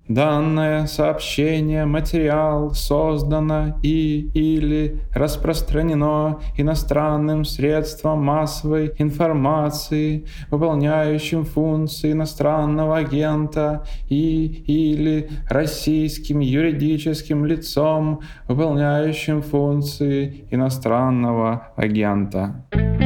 Данное сообщение, материал создано или распространено иностранным средством массовой информации, выполняющим функции иностранного агента или российским юридическим лицом, выполняющим функции иностранного агента.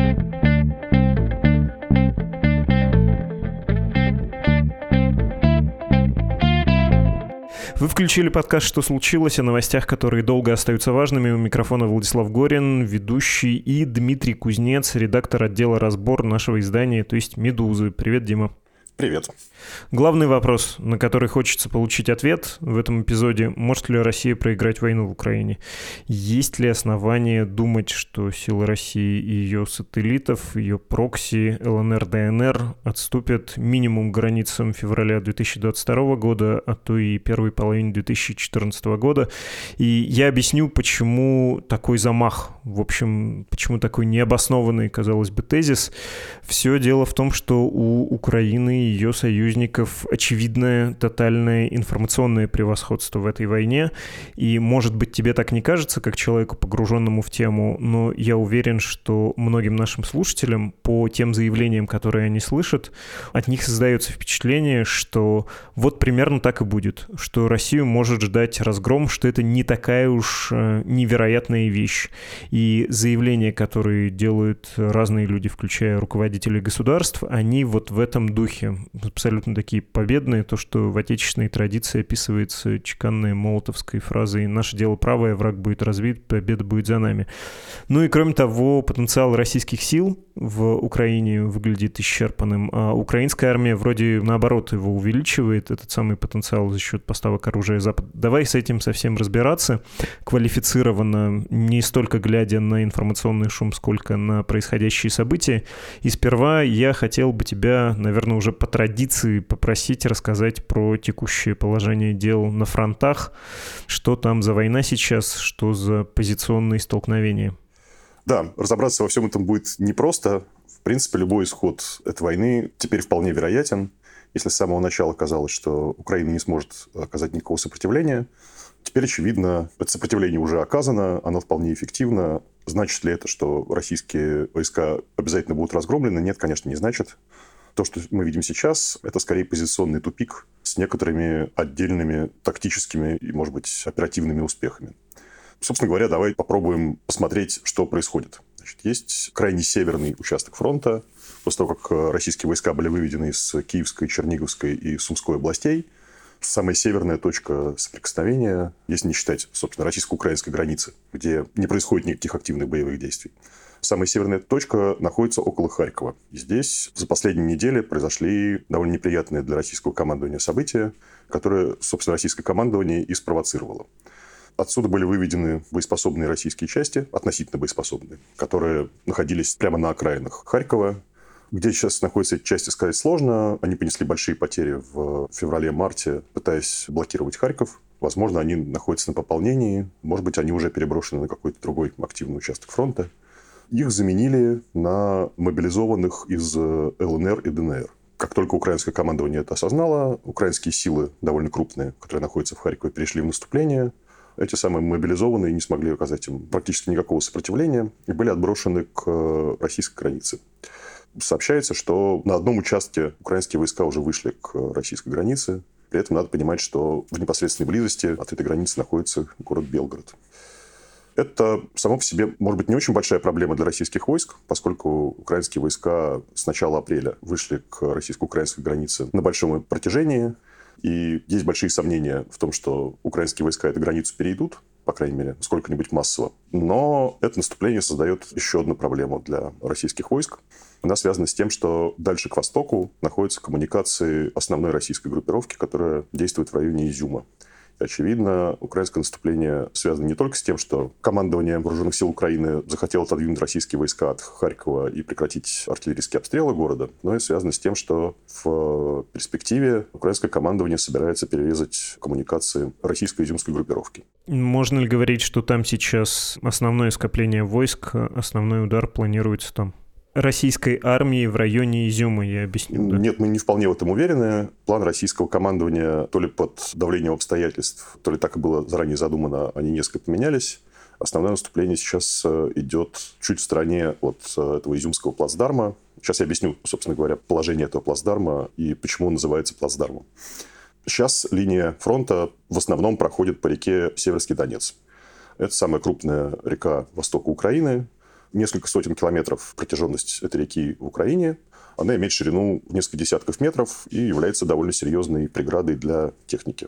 Вы включили подкаст «Что случилось?» о новостях, которые долго остаются важными. У микрофона Владислав Горин, ведущий, и Дмитрий Кузнец, редактор отдела «Разбор» нашего издания, то есть «Медузы». Привет, Дима. Привет. Главный вопрос, на который хочется получить ответ в этом эпизоде: может ли Россия проиграть войну в Украине? Есть ли основания думать, что силы России и ее сателлитов, ее прокси, ЛНР, ДНР отступят минимум к границам февраля 2022 года, а то и первой половины 2014 года? И я объясню, почему такой замах, в общем, почему такой необоснованный, казалось бы, тезис. Все дело в том, что у Украины и ее союзников очевидное тотальное информационное превосходство в этой войне. И, может быть, тебе так не кажется, как человеку, погруженному в тему, но я уверен, что многим нашим слушателям по тем заявлениям, которые они слышат, от них создается впечатление, что вот примерно так и будет, что Россию может ждать разгром, что это не такая уж невероятная вещь. И заявления, которые делают разные люди, включая руководителей государств, они вот в этом духе. Абсолютно такие победные, то, что в отечественной традиции описывается чеканной молотовской фразой «наше дело правое, враг будет разбит, победа будет за нами». Ну и кроме того, потенциал российских сил в Украине выглядит исчерпанным, а украинская армия вроде наоборот его увеличивает, этот самый потенциал, за счет поставок оружия Запада. Давай с этим совсем разбираться квалифицированно, не столько глядя на информационный шум, сколько на происходящие события. И сперва я хотел бы тебя, наверное, уже по традиции попросить рассказать про текущее положение дел на фронтах, что там за война сейчас, что за позиционные столкновения. Да, разобраться во всем этом будет непросто. В принципе, любой исход этой войны теперь вполне вероятен. Если с самого начала казалось, что Украина не сможет оказать никакого сопротивления, теперь, очевидно, это сопротивление уже оказано, оно вполне эффективно. Значит ли это, что российские войска обязательно будут разгромлены? Нет, конечно, не значит. То, что мы видим сейчас, это скорее позиционный тупик с некоторыми отдельными тактическими и, может быть, оперативными успехами. Собственно говоря, давай попробуем посмотреть, что происходит. Значит, есть крайне северный участок фронта. После того, как российские войска были выведены из Киевской, Черниговской и Сумской областей, самая северная точка соприкосновения, если не считать, собственно, российско-украинской границы, где не происходит никаких активных боевых действий. Самая северная точка находится около Харькова. И здесь за последние недели произошли довольно неприятные для российского командования события, которые, собственно, российское командование и спровоцировало. Отсюда были выведены боеспособные российские части, относительно боеспособные, которые находились прямо на окраинах Харькова. Где сейчас находятся эти части, сказать сложно. Они понесли большие потери в феврале-марте, пытаясь блокировать Харьков. Возможно, они находятся на пополнении. Может быть, они уже переброшены на какой-то другой активный участок фронта. Их заменили на мобилизованных из ЛНР и ДНР. Как только украинское командование это осознало, украинские силы, довольно крупные, которые находятся в Харькове, перешли в наступление. Эти самые мобилизованные не смогли оказать им практически никакого сопротивления и были отброшены к российской границе. Сообщается, что на одном участке украинские войска уже вышли к российской границе. При этом надо понимать, что в непосредственной близости от этой границы находится город Белгород. Это само по себе, может быть, не очень большая проблема для российских войск, поскольку украинские войска с начала апреля вышли к российско-украинской границе на большом протяжении. И есть большие сомнения в том, что украинские войска эту границу перейдут, по крайней мере, сколько-нибудь массово. Но это наступление создает еще одну проблему для российских войск. Она связана с тем, что дальше к востоку находятся коммуникации основной российской группировки, которая действует в районе Изюма. И, очевидно, украинское наступление связано не только с тем, что командование вооруженных сил Украины захотело отодвинуть российские войска от Харькова и прекратить артиллерийские обстрелы города, но и связано с тем, что в перспективе украинское командование собирается перерезать коммуникации российской изюмской группировки. Можно ли говорить, что там сейчас основное скопление войск, основной удар планируется там? российской армии в районе Изюма, я объясню. Да? Нет, мы не вполне в этом уверены. План российского командования то ли под давлением обстоятельств, то ли так и было заранее задумано, они несколько поменялись. Основное наступление сейчас идет чуть в стороне от этого Изюмского плацдарма. Сейчас я объясню, собственно говоря, положение этого плацдарма и почему он называется плацдармом. Сейчас линия фронта в основном проходит по реке Северский Донец. Это самая крупная река востока Украины. Несколько сотен километров протяженность этой реки в Украине. Она имеет ширину в несколько десятков метров и является довольно серьезной преградой для техники.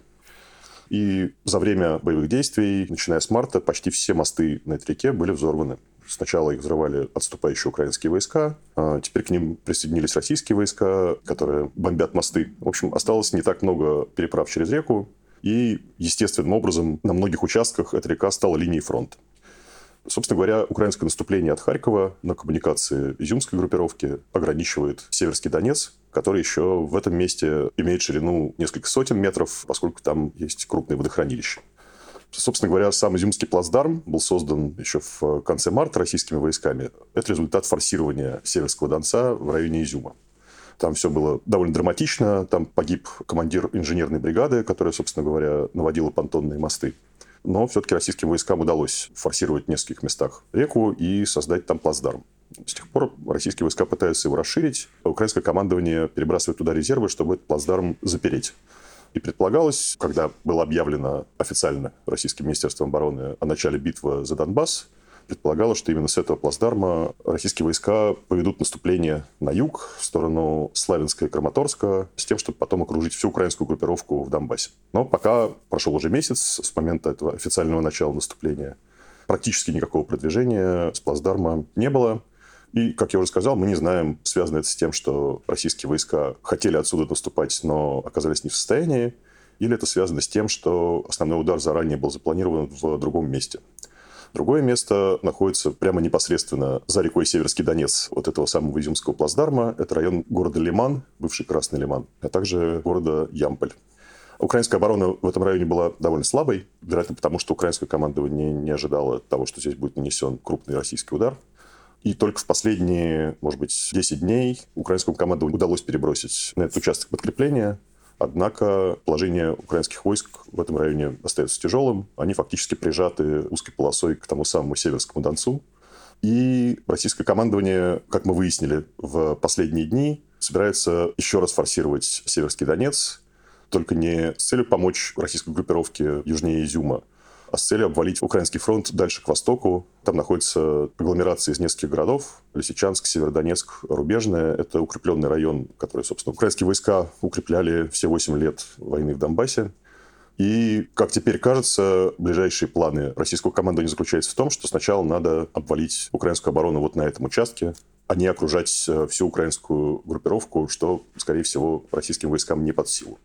И за время боевых действий, начиная с марта, почти все мосты на этой реке были взорваны. Сначала их взрывали отступающие украинские войска, а теперь к ним присоединились российские войска, которые бомбят мосты. В общем, осталось не так много переправ через реку, и естественным образом на многих участках эта река стала линией фронта. Собственно говоря, украинское наступление от Харькова на коммуникации изюмской группировки ограничивает Северский Донец, который еще в этом месте имеет ширину несколько сотен метров, поскольку там есть крупные водохранилища. Собственно говоря, сам Изюмский плацдарм был создан еще в конце марта российскими войсками. Это результат форсирования Северского Донца в районе Изюма. Там все было довольно драматично. Там погиб командир инженерной бригады, которая, собственно говоря, наводила понтонные мосты. Но все-таки российским войскам удалось форсировать в нескольких местах реку и создать там плацдарм. С тех пор российские войска пытаются его расширить, а украинское командование перебрасывает туда резервы, чтобы этот плацдарм запереть. И предполагалось, когда было объявлено официально российским министерством обороны о начале битвы за Донбасс, предполагалось, что именно с этого плацдарма российские войска поведут наступление на юг, в сторону Славянска и Краматорска, с тем, чтобы потом окружить всю украинскую группировку в Донбассе. Но пока прошел уже месяц с момента этого официального начала наступления, практически никакого продвижения с плацдарма не было. И, как я уже сказал, мы не знаем, связано это с тем, что российские войска хотели отсюда наступать, но оказались не в состоянии, или это связано с тем, что основной удар заранее был запланирован в другом месте. Другое место находится прямо непосредственно за рекой Северский Донец от этого самого Изюмского плацдарма. Это район города Лиман, бывший Красный Лиман, а также города Ямполь. Украинская оборона в этом районе была довольно слабой, вероятно, потому что украинское командование не ожидало того, что здесь будет нанесен крупный российский удар. И только в последние, может быть, 10 дней украинскому командованию удалось перебросить на этот участок подкрепления. Однако положение украинских войск в этом районе остается тяжелым. Они фактически прижаты узкой полосой к тому самому Северскому Донцу. И российское командование, как мы выяснили в последние дни, собирается еще раз форсировать Северский Донец, только не с целью помочь российской группировке южнее Изюма, а с целью обвалить украинский фронт дальше к востоку. Там находится агломерация из нескольких городов. Лисичанск, Северодонецк, Рубежное. Это укрепленный район, который, собственно, украинские войска укрепляли все 8 лет войны в Донбассе. И, как теперь кажется, ближайшие планы российского командования заключаются в том, что сначала надо обвалить украинскую оборону вот на этом участке, а не окружать всю украинскую группировку, что, скорее всего, российским войскам не под силу.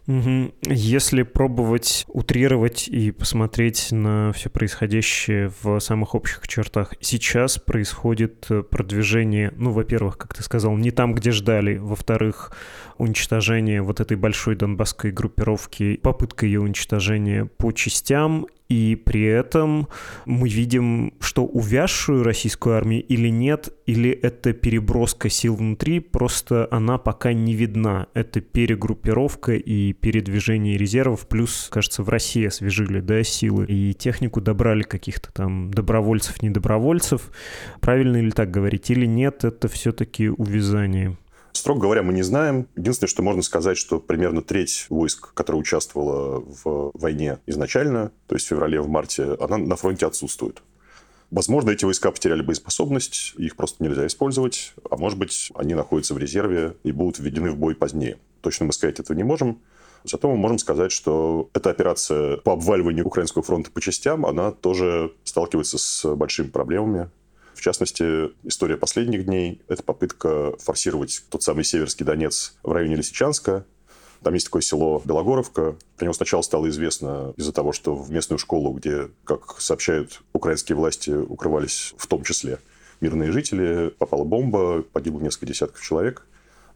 Если пробовать утрировать и посмотреть на все происходящее в самых общих чертах, сейчас происходит продвижение, во-первых, как ты сказал, не там, где ждали, во-вторых, уничтожение вот этой большой донбасской группировки, попытка ее уничтожения по частям, и при этом мы видим, что увязшую российскую армию или нет, или это переброска сил внутри, просто она пока не видна. Это перегруппировка и передвижение резервов, плюс, кажется, в России освежили, силы, и технику добрали каких-то там добровольцев, недобровольцев. Правильно ли так говорить? Или нет, это все-таки увязание? Строго говоря, мы не знаем. Единственное, что можно сказать, что примерно треть войск, которая участвовала в войне изначально, то есть в феврале, в марте, она на фронте отсутствует. Возможно, эти войска потеряли боеспособность, их просто нельзя использовать, а может быть, они находятся в резерве и будут введены в бой позднее. Точно мы сказать этого не можем. Зато мы можем сказать, что эта операция по обваливанию украинского фронта по частям, она тоже сталкивается с большими проблемами. В частности, история последних дней – это попытка форсировать тот самый Северский Донец в районе Лисичанска. Там есть такое село Белогоровка. Про него сначала стало известно из-за того, что в местную школу, где, как сообщают украинские власти, укрывались в том числе мирные жители, попала бомба, погибло несколько десятков человек.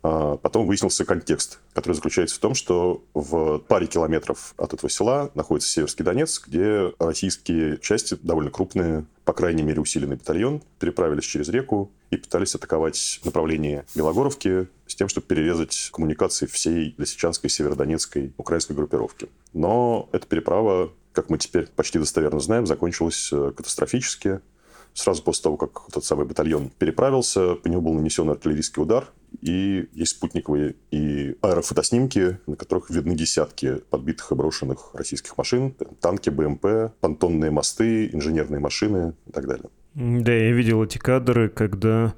А потом выяснился контекст, который заключается в том, что в паре километров от этого села находится Северский Донецк, где российские части, довольно крупные, по крайней мере усиленный батальон, переправились через реку и пытались атаковать направление Белогоровки с тем, чтобы перерезать коммуникации всей Лисичанской, Северодонецкой украинской группировки. Но эта переправа, как мы теперь почти достоверно знаем, закончилась катастрофически. Сразу после того, как тот самый батальон переправился, по нему был нанесен артиллерийский удар, и есть спутниковые и аэрофотоснимки, на которых видны десятки подбитых и брошенных российских машин, танки, БМП, понтонные мосты, инженерные машины и так далее. Да, я видел эти кадры, когда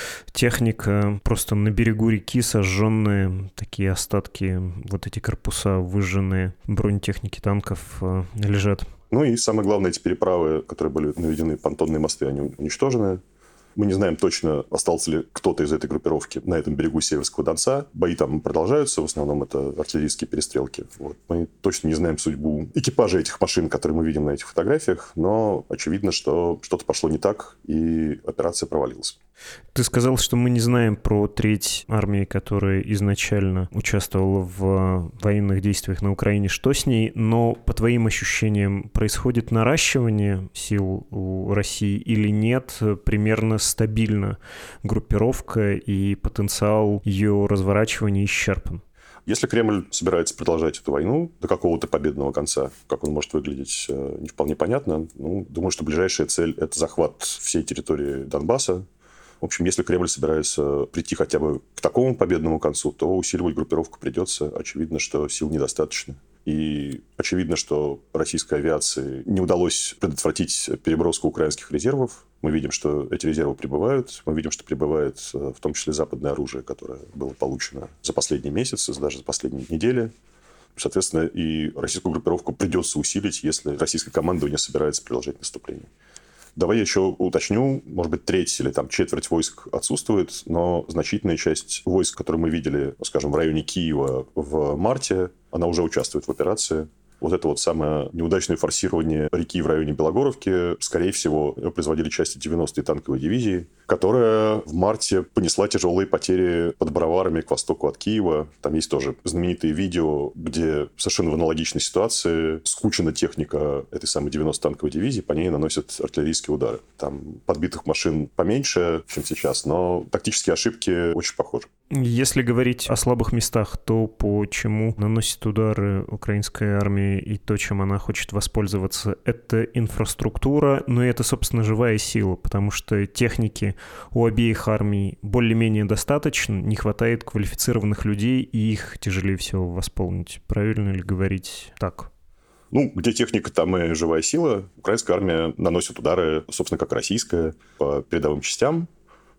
техника просто на берегу реки сожженные, такие остатки, вот эти корпуса выжженные бронетехники танков лежат. Ну и самое главное, эти переправы, которые были наведены, понтонные мосты, они уничтожены. Мы не знаем точно, остался ли кто-то из этой группировки на этом берегу Северского Донца. Бои там продолжаются, в основном это артиллерийские перестрелки. Вот. Мы точно не знаем судьбу экипажа этих машин, которые мы видим на этих фотографиях, но очевидно, что что-то пошло не так, и операция провалилась. Ты сказал, что мы не знаем про треть армии, которая изначально участвовала в военных действиях на Украине. Что с ней? Но, по твоим ощущениям, происходит наращивание сил у России или нет? Примерно стабильно группировка и потенциал ее разворачивания исчерпан? Если Кремль собирается продолжать эту войну до какого-то победного конца, как он может выглядеть, не вполне понятно. Думаю, что ближайшая цель – это захват всей территории Донбасса. В общем, если Кремль собирается прийти хотя бы к такому победному концу, то усиливать группировку придется. Очевидно, что сил недостаточно. И очевидно, что российской авиации не удалось предотвратить переброску украинских резервов. Мы видим, что эти резервы прибывают. Мы видим, что прибывает в том числе западное оружие, которое было получено за последние месяцы, даже за последние недели. Соответственно, и российскую группировку придется усилить, если российское командование собирается продолжать наступление. Давай я еще уточню, может быть, треть или четверть войск отсутствует, но значительная часть войск, которые мы видели, скажем, в районе Киева в марте, она уже участвует в операции. Вот это вот самое неудачное форсирование реки в районе Белогоровки, скорее всего, производили части 90-й танковой дивизии, которая в марте понесла тяжелые потери под Броварами к востоку от Киева. Там есть тоже знаменитые видео, где совершенно в аналогичной ситуации скучена техника этой самой 90-й танковой дивизии, по ней наносят артиллерийские удары. Там подбитых машин поменьше, чем сейчас, но тактические ошибки очень похожи. Если говорить о слабых местах, то по чему наносит удары украинская армия и то, чем она хочет воспользоваться, это инфраструктура, но и это, собственно, живая сила, потому что техники у обеих армий более-менее достаточно, не хватает квалифицированных людей, и их тяжелее всего восполнить. Правильно ли говорить так? Где техника, там и живая сила. Украинская армия наносит удары, собственно, как российская, по передовым частям,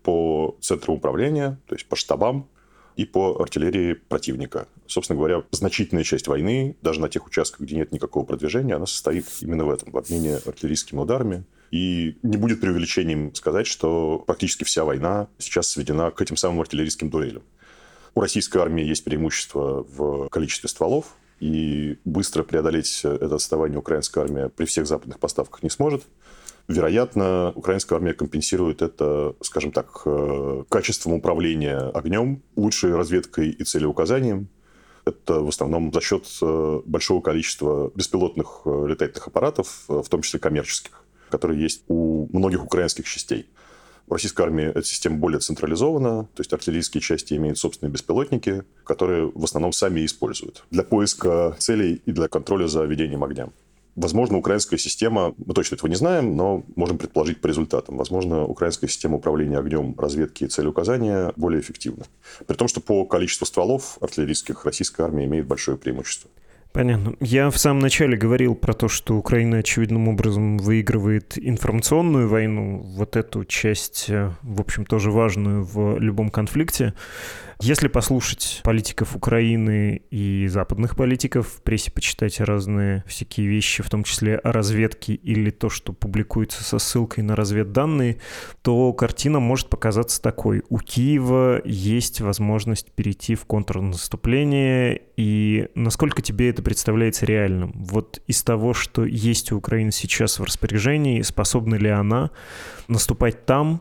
по центру управления, то есть по штабам и по артиллерии противника. Собственно говоря, значительная часть войны, даже на тех участках, где нет никакого продвижения, она состоит именно в этом, в обмене артиллерийскими ударами. И не будет преувеличением сказать, что практически вся война сейчас сведена к этим самым артиллерийским дуэлям. У российской армии есть преимущество в количестве стволов, и быстро преодолеть это отставание украинская армия при всех западных поставках не сможет. Вероятно, украинская армия компенсирует это, скажем так, качеством управления огнем, лучшей разведкой и целеуказанием. Это в основном за счет большого количества беспилотных летательных аппаратов, в том числе коммерческих, которые есть у многих украинских частей. В российской армии эта система более централизована, то есть артиллерийские части имеют собственные беспилотники, которые в основном сами используют для поиска целей и для контроля за ведением огня. Возможно, украинская система, мы точно этого не знаем, но можем предположить по результатам. Возможно, украинская система управления огнем, разведки и целеуказания более эффективна. При том, что по количеству стволов артиллерийских российская армия имеет большое преимущество. Понятно. Я в самом начале говорил про то, что Украина очевидным образом выигрывает информационную войну, вот эту часть, в общем, тоже важную в любом конфликте. Если послушать политиков Украины и западных политиков, в прессе почитать разные всякие вещи, в том числе о разведке или то, что публикуется со ссылкой на разведданные, то картина может показаться такой. У Киева есть возможность перейти в контрнаступление, и насколько тебе это представляется реальным? Вот из того, что есть у Украины сейчас в распоряжении, способна ли она наступать там,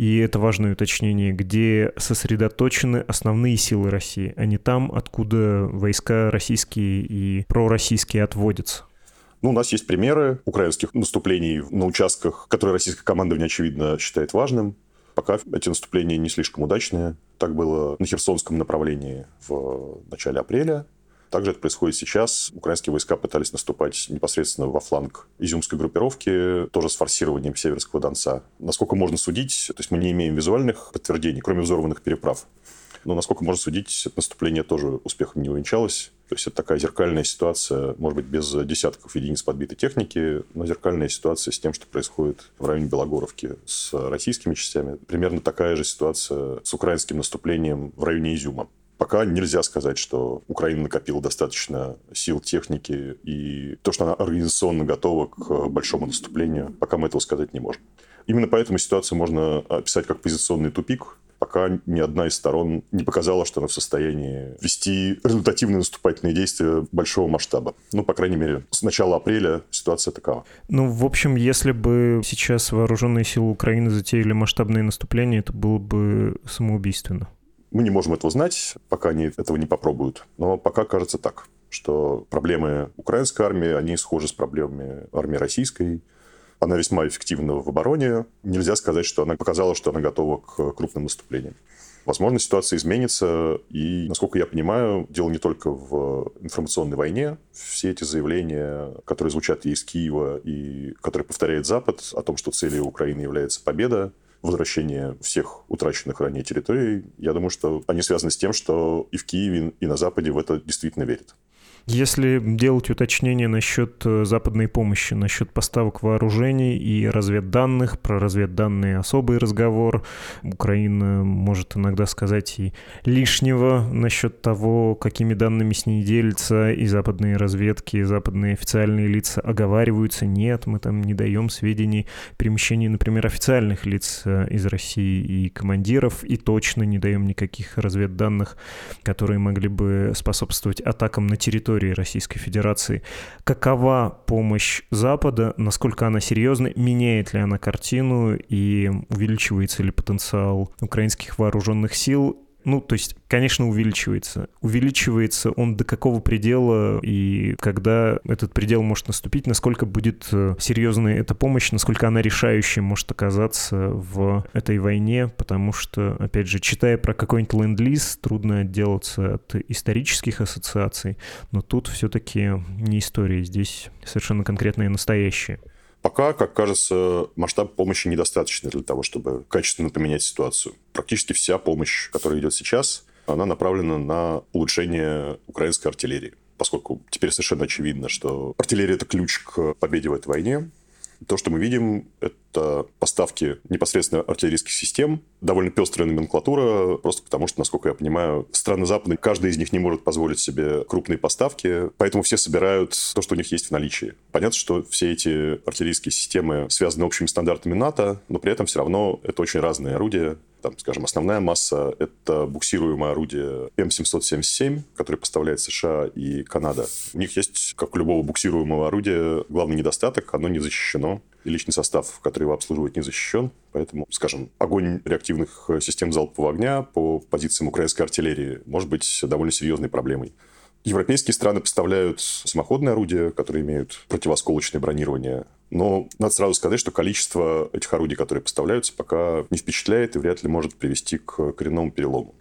и это важное уточнение, где сосредоточены основные силы России, а не там, откуда войска российские и пророссийские отводятся. Ну, у нас есть примеры украинских наступлений на участках, которые российское командование, очевидно, считает важным. Пока эти наступления не слишком удачные. Так было на Херсонском направлении в начале апреля. Также это происходит сейчас. Украинские войска пытались наступать непосредственно во фланг изюмской группировки, тоже с форсированием Северского Донца. Насколько можно судить, то есть мы не имеем визуальных подтверждений, кроме взорванных переправ. Но, насколько можно судить, это наступление тоже успехом не увенчалось. То есть это такая зеркальная ситуация, может быть, без десятков единиц подбитой техники, но зеркальная ситуация с тем, что происходит в районе Белогоровки с российскими частями. Примерно такая же ситуация с украинским наступлением в районе Изюма. Пока нельзя сказать, что Украина накопила достаточно сил, техники и то, что она организационно готова к большому наступлению, пока мы этого сказать не можем. Именно поэтому ситуацию можно описать как позиционный тупик, пока ни одна из сторон не показала, что она в состоянии вести результативные наступательные действия большого масштаба. Ну, по крайней мере, с начала апреля ситуация такова. Ну, в общем, если бы сейчас вооруженные силы Украины затеяли масштабные наступления, это было бы самоубийственно. Мы не можем этого знать, пока они этого не попробуют. Но пока кажется так, что проблемы украинской армии, они схожи с проблемами армии российской. Она весьма эффективна в обороне. Нельзя сказать, что она показала, что она готова к крупным наступлениям. Возможно, ситуация изменится. И, насколько я понимаю, дело не только в информационной войне. Все эти заявления, которые звучат и из Киева, и которые повторяет Запад, о том, что целью Украины является победа, возвращение всех утраченных ранее территорий, я думаю, что они связаны с тем, что и в Киеве, и на Западе в это действительно верят. Если делать уточнения насчет западной помощи, насчет поставок вооружений и разведданных, про разведданные особый разговор, Украина может иногда сказать и лишнего насчет того, какими данными с ней делятся, и западные разведки, и западные официальные лица оговариваются. Нет, мы там не даем сведений о перемещении, например, официальных лиц из России и командиров, и точно не даем никаких разведданных, которые могли бы способствовать атакам на территорию Российской Федерации. Какова помощь Запада, насколько она серьезна, меняет ли она картину и увеличивается ли потенциал украинских вооруженных сил? Ну, то есть, конечно, увеличивается. Увеличивается он до какого предела и когда этот предел может наступить, насколько будет серьезной эта помощь, насколько она решающей может оказаться в этой войне, потому что, опять же, читая про какой-нибудь ленд-лиз, трудно отделаться от исторических ассоциаций, но тут все-таки не история, здесь совершенно конкретное настоящее. Пока, как кажется, масштаб помощи недостаточно для того, чтобы качественно поменять ситуацию. Практически вся помощь, которая идет сейчас, она направлена на улучшение украинской артиллерии. Поскольку теперь совершенно очевидно, что артиллерия – это ключ к победе в этой войне. То, что мы видим, это поставки непосредственно артиллерийских систем, довольно пестрая номенклатура, просто потому что, насколько я понимаю, страны Запада, каждая из них не может позволить себе крупные поставки, поэтому все собирают то, что у них есть в наличии. Понятно, что все эти артиллерийские системы связаны общими стандартами НАТО, но при этом все равно это очень разные орудия. Там, скажем, основная масса – это буксируемое орудие М777, которое поставляет США и Канада. У них есть, как у любого буксируемого орудия, главный недостаток – оно не защищено. И личный состав, который его обслуживает, не защищен. Поэтому, скажем, огонь реактивных систем залпового огня по позициям украинской артиллерии может быть довольно серьезной проблемой. Европейские страны поставляют самоходные орудия, которые имеют противоосколочное бронирование. Но надо сразу сказать, что количество этих орудий, которые поставляются, пока не впечатляет и вряд ли может привести к коренному перелому.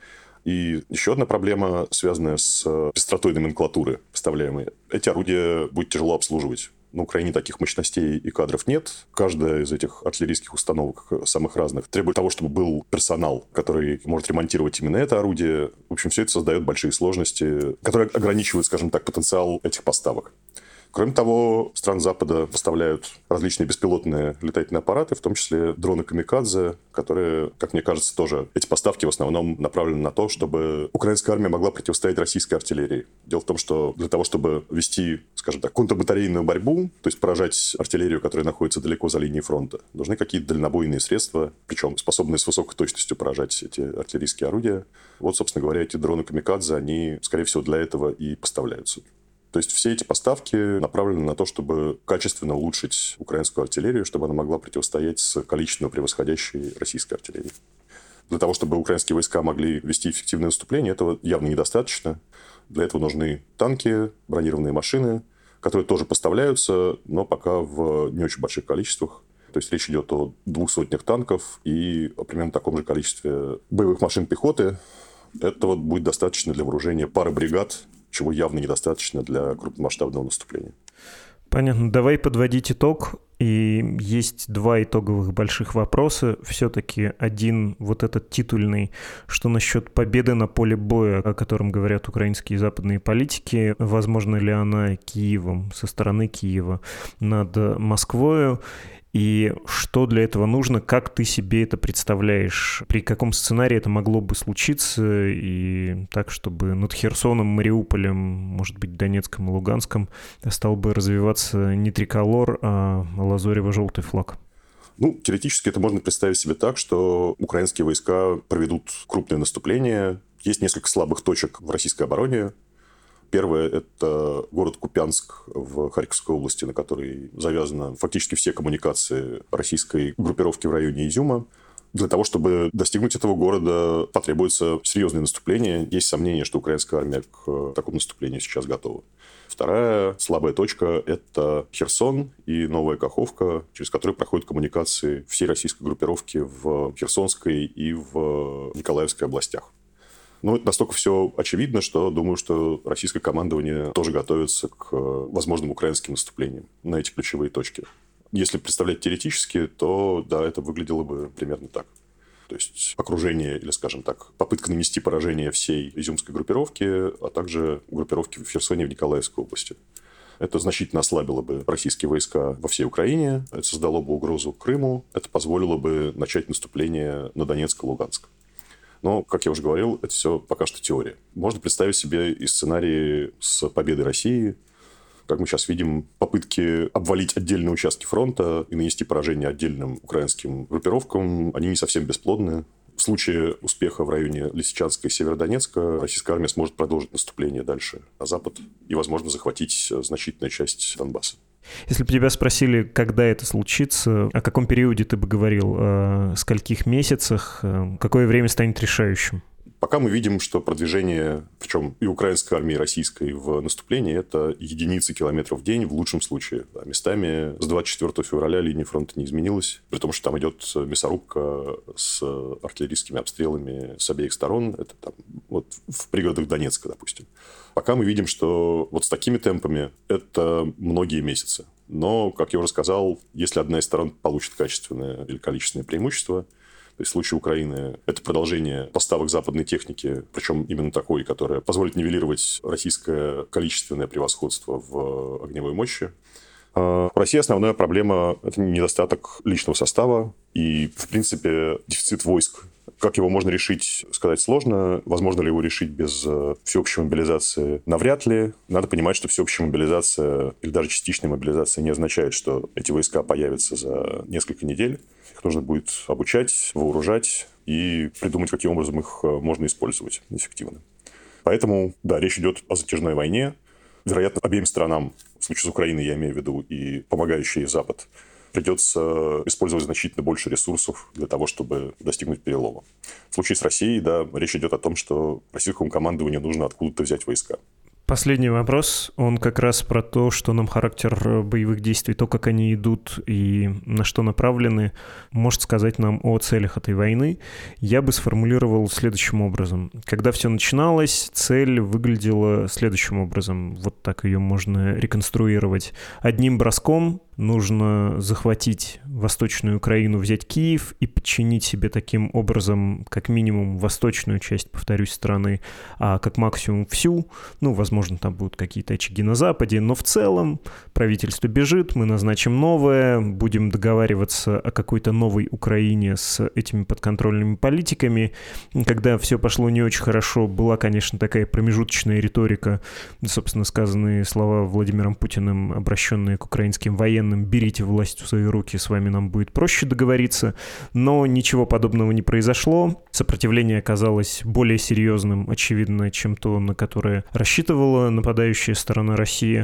И еще одна проблема, связанная с пестротой номенклатуры поставляемой. Эти орудия будет тяжело обслуживать. На Украине таких мощностей и кадров нет. Каждая из этих артиллерийских установок, самых разных, требует того, чтобы был персонал, который может ремонтировать именно это орудие. В общем, все это создает большие сложности, которые ограничивают, скажем так, потенциал этих поставок. Кроме того, страны Запада поставляют различные беспилотные летательные аппараты, в том числе дроны «Камикадзе», которые, как мне кажется, тоже эти поставки в основном направлены на то, чтобы украинская армия могла противостоять российской артиллерии. Дело в том, что для того, чтобы вести, скажем так, контрбатарейную борьбу, то есть поражать артиллерию, которая находится далеко за линией фронта, нужны какие-то дальнобойные средства, причем способные с высокой точностью поражать эти артиллерийские орудия. Вот, собственно говоря, эти дроны «Камикадзе», они, скорее всего, для этого и поставляются. То есть все эти поставки направлены на то, чтобы качественно улучшить украинскую артиллерию, чтобы она могла противостоять с количественно превосходящей российской артиллерией. Для того, чтобы украинские войска могли вести эффективное наступление, этого явно недостаточно. Для этого нужны танки, бронированные машины, которые тоже поставляются, но пока в не очень больших количествах. То есть речь идет о 200 танков и о примерно таком же количестве боевых машин пехоты. Этого будет достаточно для вооружения пары бригад, чего явно недостаточно для крупномасштабного наступления. Понятно. Давай подводить итог. И есть два итоговых больших вопроса. Все-таки один, вот этот титульный, что насчет победы на поле боя, о котором говорят украинские и западные политики, возможно ли она Киевом, со стороны Киева над Москвою? И что для этого нужно, как ты себе это представляешь, при каком сценарии это могло бы случиться, и так, чтобы над Херсоном, Мариуполем, может быть, Донецком и Луганском стал бы развиваться не триколор, а лазорево-желтый флаг? Теоретически это можно представить себе так, что украинские войска проведут крупное наступление. Есть несколько слабых точек в российской обороне. Первое – это город Купянск в Харьковской области, на который завязаны фактически все коммуникации российской группировки в районе Изюма. Для того, чтобы достигнуть этого города, потребуется серьезное наступление. Есть сомнение, что украинская армия к такому наступлению сейчас готова. Вторая слабая точка – это Херсон и Новая Каховка, через которые проходят коммуникации всей российской группировки в Херсонской и в Николаевской областях. Это настолько все очевидно, что думаю, что российское командование тоже готовится к возможным украинским наступлениям на эти ключевые точки. Если представлять теоретически, то да, это выглядело бы примерно так. То есть окружение или, скажем так, попытка нанести поражение всей изюмской группировки, а также группировки в Херсоне и в Николаевской области. Это значительно ослабило бы российские войска во всей Украине, это создало бы угрозу Крыму, это позволило бы начать наступление на Донецк и Луганск. Но, как я уже говорил, это все пока что теория. Можно представить себе и сценарии с победой России. Как мы сейчас видим, попытки обвалить отдельные участки фронта и нанести поражение отдельным украинским группировкам, они не совсем бесплодны. В случае успеха в районе Лисичанска и Северодонецка российская армия сможет продолжить наступление дальше на запад и, возможно, захватить значительную часть Донбасса. Если бы тебя спросили, когда это случится, о каком периоде ты бы говорил, о скольких месяцах, какое время станет решающим? Пока мы видим, что продвижение, причем и украинской армии, и российской в наступлении, это единицы километров в день в лучшем случае. А местами с 24 февраля линия фронта не изменилась, при том, что там идет мясорубка с артиллерийскими обстрелами с обеих сторон. Это там в пригородах Донецка, допустим. Пока мы видим, что с такими темпами это многие месяцы. Но, как я уже сказал, если одна из сторон получит качественное или количественное преимущество, то есть в случае Украины это продолжение поставок западной техники, причем именно такой, которая позволит нивелировать российское количественное превосходство в огневой мощи. В России основная проблема – это недостаток личного состава и, в принципе, дефицит войск. Как его можно решить, сказать сложно. Возможно ли его решить без всеобщей мобилизации? Навряд ли. Надо понимать, что всеобщая мобилизация или даже частичная мобилизация не означает, что эти войска появятся за несколько недель. Их нужно будет обучать, вооружать и придумать, каким образом их можно использовать эффективно. Поэтому, да, речь идет о затяжной войне. Вероятно, обеим сторонам, в случае с Украиной, я имею в виду, и помогающий Запад, придется использовать значительно больше ресурсов для того, чтобы достигнуть перелома. В случае с Россией, да, речь идет о том, что российскому командованию нужно откуда-то взять войска. Последний вопрос, он как раз про то, что нам характер боевых действий, то, как они идут и на что направлены, может сказать нам о целях этой войны. Я бы сформулировал следующим образом. Когда все начиналось, цель выглядела следующим образом. Вот так ее можно реконструировать. Одним броском нужно захватить Восточную Украину, взять Киев и подчинить себе таким образом как минимум восточную часть, повторюсь, страны, а как максимум всю. Возможно, там будут какие-то очаги на Западе, но в целом правительство бежит, мы назначим новое, будем договариваться о какой-то новой Украине с этими подконтрольными политиками. Когда все пошло не очень хорошо, была, конечно, такая промежуточная риторика, собственно, сказанные слова Владимиром Путиным, обращенные к украинским военным, военным: берите власть в свои руки, с вами нам будет проще договориться. Но ничего подобного не произошло. Сопротивление оказалось более серьезным, очевидно, чем то, на которое рассчитывала нападающая сторона России.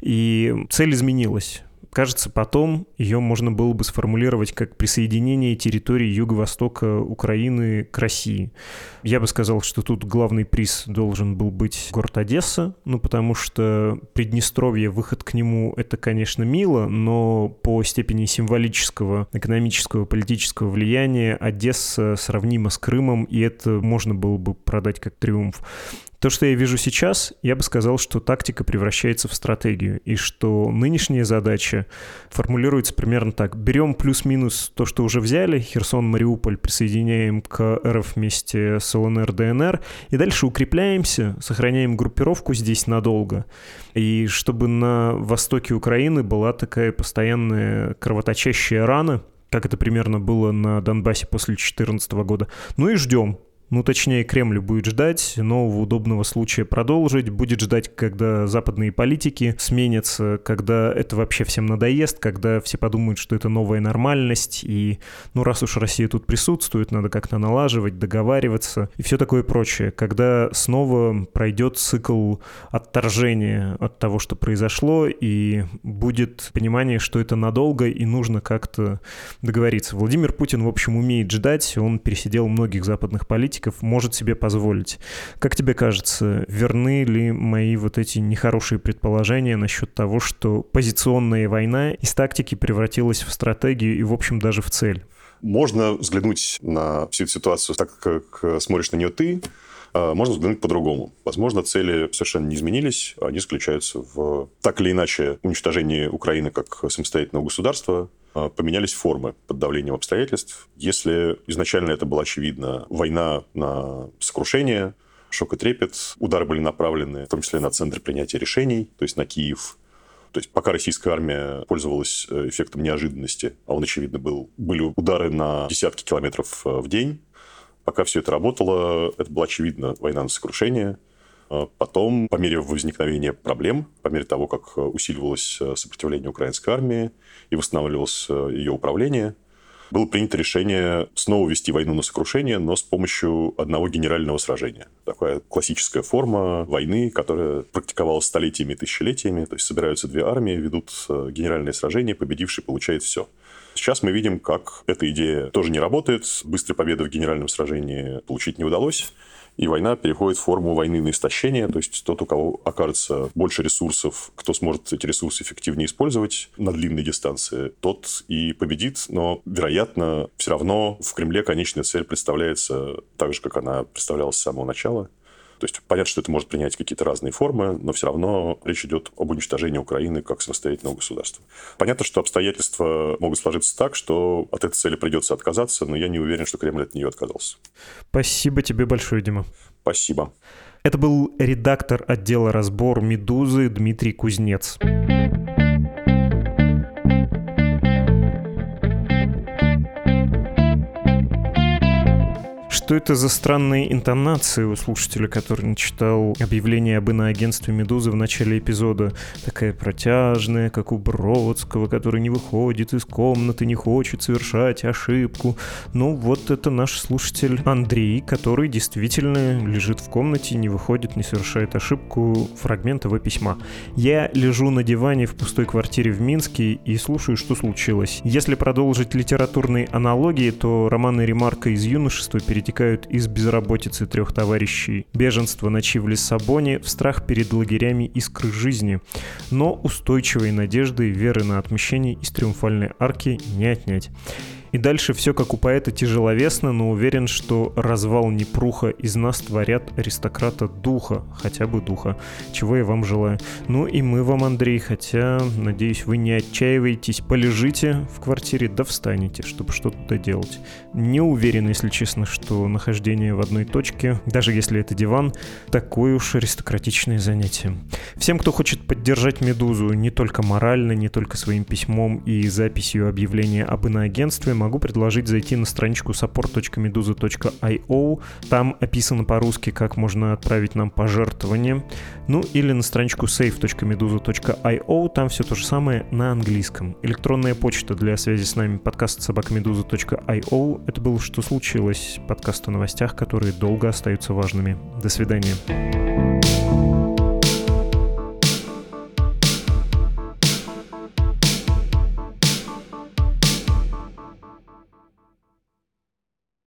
И цель изменилась. Кажется, потом ее можно было бы сформулировать как присоединение территории юго-востока Украины к России. Я бы сказал, что тут главный приз должен был быть город Одесса, потому что Приднестровье, выход к нему — это, конечно, мило, но по степени символического, экономического, политического влияния Одесса сравнима с Крымом, и это можно было бы продать как триумф. То, что я вижу сейчас, я бы сказал, что тактика превращается в стратегию, и что нынешняя задача формулируется примерно так. Берем плюс-минус то, что уже взяли, Херсон, Мариуполь, присоединяем к РФ вместе с ЛНР, ДНР, и дальше укрепляемся, сохраняем группировку здесь надолго. И чтобы на востоке Украины была такая постоянная кровоточащая рана, как это примерно было на Донбассе после 2014 года. И ждем. Точнее, Кремль будет ждать нового удобного случая продолжить, будет ждать, когда западные политики сменятся, когда это вообще всем надоест, когда все подумают, что это новая нормальность, и, раз уж Россия тут присутствует, надо как-то налаживать, договариваться и все такое прочее. Когда снова пройдет цикл отторжения от того, что произошло, и будет понимание, что это надолго, и нужно как-то договориться. Владимир Путин, в общем, умеет ждать, он пересидел многих западных политиков, может себе позволить. Как тебе кажется, верны ли мои эти нехорошие предположения насчет того, что позиционная война из тактики превратилась в стратегию и, в общем, даже в цель? Можно взглянуть на всю эту ситуацию так, как смотришь на нее ты, можно взглянуть по-другому. Возможно, цели совершенно не изменились, они заключаются в, так или иначе, уничтожении Украины как самостоятельного государства. Поменялись формы под давлением обстоятельств. Если изначально это было очевидно, война на сокрушение, шок и трепет, удары были направлены в том числе на центр принятия решений, то есть на Киев. То есть пока российская армия пользовалась эффектом неожиданности, а он, очевидно, был, были удары на десятки километров в день. Пока все это работало, это было очевидно война на сокрушение. Потом, по мере возникновения проблем, по мере того, как усиливалось сопротивление украинской армии и восстанавливалось ее управление, было принято решение снова вести войну на сокрушение, но с помощью одного генерального сражения. Такая классическая форма войны, которая практиковалась столетиями и тысячелетиями. То есть собираются две армии, ведут генеральное сражение, победивший получает все. Сейчас мы видим, как эта идея тоже не работает. Быстрой победы в генеральном сражении получить не удалось. И война переходит в форму войны на истощение, то есть тот, у кого окажется больше ресурсов, кто сможет эти ресурсы эффективнее использовать на длинной дистанции, тот и победит. Но, вероятно, все равно в Кремле конечная цель представляется так же, как она представлялась с самого начала. То есть понятно, что это может принять какие-то разные формы, но все равно речь идет об уничтожении Украины как самостоятельного государства. Понятно, что обстоятельства могут сложиться так, что от этой цели придется отказаться, но я не уверен, что Кремль от нее отказался. Спасибо тебе большое, Дима. Спасибо. Это был редактор отдела «Разбор» «Медузы» Дмитрий Кузнец. Что это за странные интонации у слушателя, который начитал объявление об иноагентстве «Медузы» в начале эпизода? Такая протяжная, как у Бродского, который не выходит из комнаты, не хочет совершать ошибку. Это наш слушатель Андрей, который действительно лежит в комнате, не выходит, не совершает ошибку. Фрагмент его письма. «Я лежу на диване в пустой квартире в Минске и слушаю, что случилось. Если продолжить литературные аналогии, то романы Ремарка из юношества перетекают из безработицы трех товарищей, беженства, ночи в Лиссабоне, в страх перед лагерями искры жизни. Но устойчивой надежды и веры на отмещение из триумфальной арки не отнять». И дальше все как у поэта тяжеловесно, но уверен, что развал Непруха из нас творят аристократа духа, хотя бы духа, чего я вам желаю. И мы вам, Андрей, хотя, надеюсь, вы не отчаиваетесь, полежите в квартире, да встанете, чтобы что-то доделать. Не уверен, если честно, что нахождение в одной точке, даже если это диван, такое уж аристократичное занятие. Всем, кто хочет поддержать «Медузу» не только морально, не только своим письмом и записью объявления об иноагентстве, могу предложить зайти на страничку support.meduza.io. Там описано по-русски, как можно отправить нам пожертвования. Ну или на страничку save.meduza.io. Там все то же самое на английском. Электронная почта для связи с нами — podcast@meduza.io. Это было «Что случилось?» Подкаст о новостях, которые долго остаются важными. До свидания.